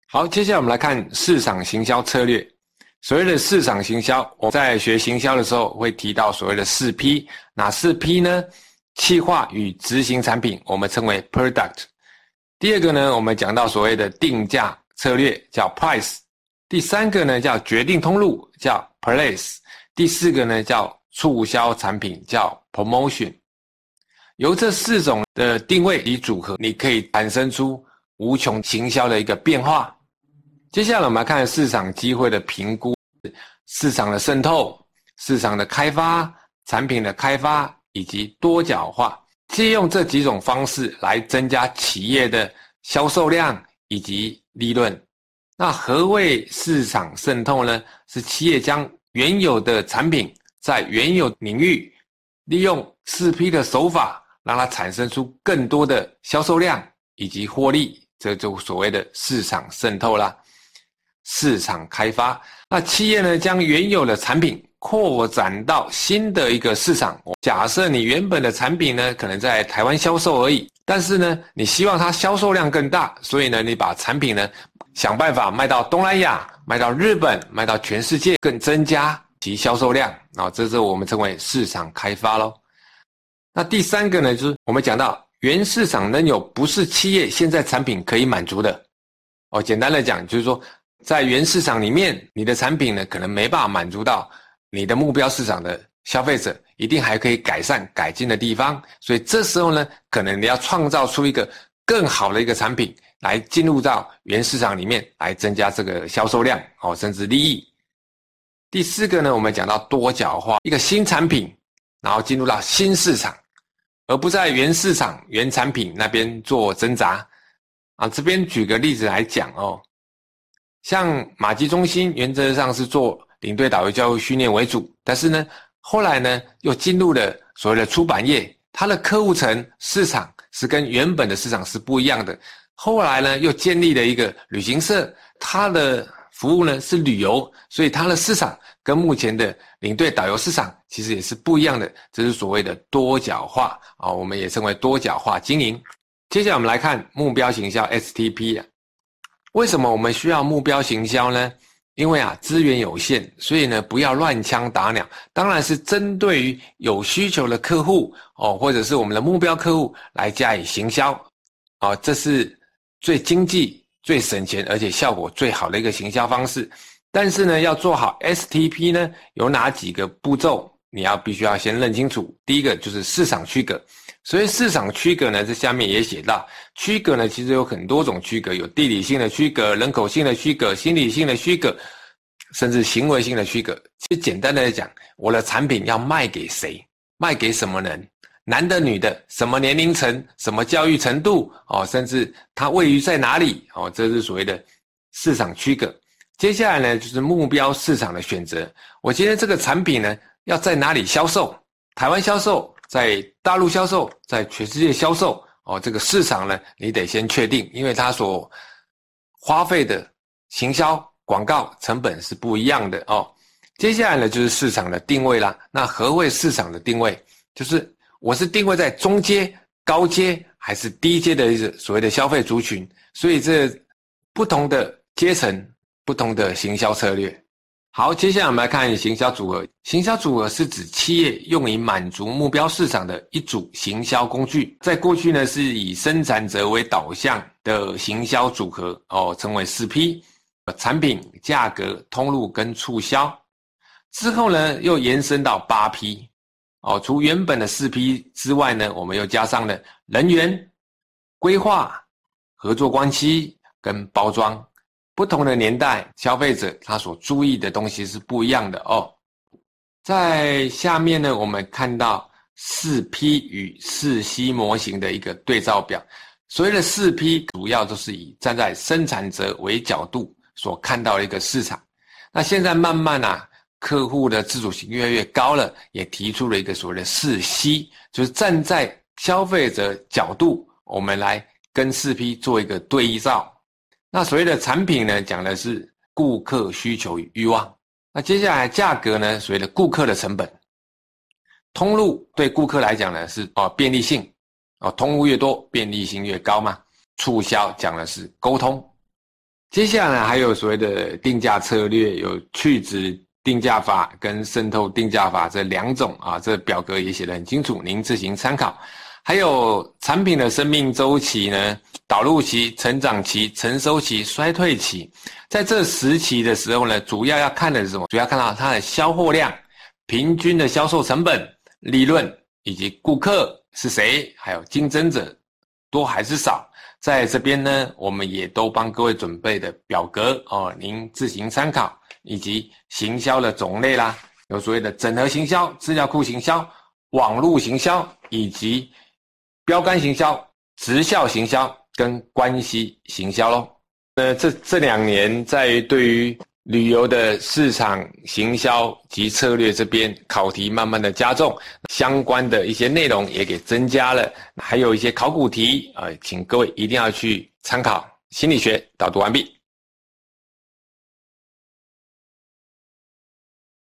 好，接下来我们来看市场行销策略。所谓的市场行销，我在学行销的时候会提到所谓的4P， 哪4P呢？企划与执行产品，我们称为 Product。第二个呢，我们讲到所谓的定价策略，叫 Price。第三个呢，叫决定通路，叫 Place。第四个呢，叫促销产品，叫 Promotion。由这4种的定位与组合，你可以产生出无穷行销的一个变化。接下来我们来看市场机会的评估，市场的渗透、市场的开发、产品的开发以及多角化，借用这几种方式来增加企业的销售量以及利润。那何谓市场渗透呢？是企业将原有的产品在原有领域利用4P 的手法，让它产生出更多的销售量以及获利，这就所谓的市场渗透啦。市场开发，那企业呢将原有的产品扩展到新的一个市场。假设你原本的产品呢可能在台湾销售而已，但是呢你希望它销售量更大，所以呢你把产品呢想办法卖到东南亚，卖到日本，卖到全世界，更增加其销售量。这是我们称为市场开发咯。那第三个呢，就是我们讲到原市场能有不是企业现在产品可以满足的。简单的讲就是说，在原市场里面，你的产品呢可能没办法满足到你的目标市场的消费者，一定还可以改善改进的地方。所以这时候呢，可能你要创造出一个更好的一个产品来进入到原市场里面，来增加这个销售量甚至利益。第四个呢，我们讲到多角化，一个新产品然后进入到新市场，而不在原市场原产品那边做挣扎。这边举个例子来讲像马基中心原则上是做领队导游教育训练为主，但是呢后来呢又进入了所谓的出版业，它的客户层市场是跟原本的市场是不一样的。后来呢又建立了一个旅行社，它的服务呢是旅游，所以它的市场跟目前的领队导游市场其实也是不一样的，这是所谓的多角化我们也称为多角化经营。接下来我们来看目标行销 STP。为什么我们需要目标行销呢？因为资源有限，所以呢不要乱枪打鸟，当然是针对于有需求的客户或者是我们的目标客户来加以行销这是最经济、最省钱而且效果最好的一个行销方式。但是呢要做好 STP 呢，有哪几个步骤你必须要先认清楚。第一个就是市场区隔。所以市场区隔呢，这下面也写到，区隔呢其实有很多种区隔，有地理性的区隔、人口性的区隔、心理性的区隔，甚至行为性的区隔。其实简单的来讲，我的产品要卖给谁，卖给什么人，男的女的，什么年龄层，什么教育程度甚至它位于在哪里这是所谓的市场区隔。接下来呢就是目标市场的选择，我今天这个产品呢要在哪里销售，台湾销售，在大陆销售，在全世界销售这个市场呢你得先确定，因为它所花费的行销广告成本是不一样的接下来呢就是市场的定位啦。那何谓市场的定位？就是我是定位在中阶、高阶还是低阶的所谓的消费族群，所以这不同的阶层，不同的行销策略。好，接下来我们来看行销组合。行销组合是指企业用以满足目标市场的一组行销工具。在过去呢，是以生产者为导向的行销组合称为4P， 产品、价格、通路跟促销。之后呢，又延伸到8P，除原本的4P 之外呢，我们又加上了人员、规划、合作关系跟包装。不同的年代，消费者他所注意的东西是不一样的在下面呢，我们看到4P 与4C 模型的一个对照表。所谓的4P 主要都是以站在生产者为角度所看到的一个市场。那现在慢慢客户的自主性越来越高了，也提出了一个所谓的4C， 就是站在消费者角度，我们来跟4P 做一个对照。那所谓的产品呢，讲的是顾客需求与欲望。那接下来价格呢，所谓的顾客的成本。通路对顾客来讲呢是便利性通路越多便利性越高嘛。促销讲的是沟通。 接下来还有所谓的定价策略，有去值定价法跟渗透定价法这2种啊，这表格也写得很清楚，您自行参考。还有产品的生命周期呢，导入期、成长期、成熟期、衰退期。在这10期的时候呢，主要要看的是什么？主要看到它的销货量、平均的销售成本、利润，以及顾客是谁，还有竞争者多还是少。在这边呢，我们也都帮各位准备的表格哦，您自行参考，以及行销的种类啦，有所谓的整合行销、资料库行销、网络行销，以及标杆行销、直销行销跟关系行销咯。这2年在于对于旅游的市场行销及策略这边考题慢慢的加重，相关的一些内容也给增加了，还有一些考古题请各位一定要去参考。心理学导读完毕。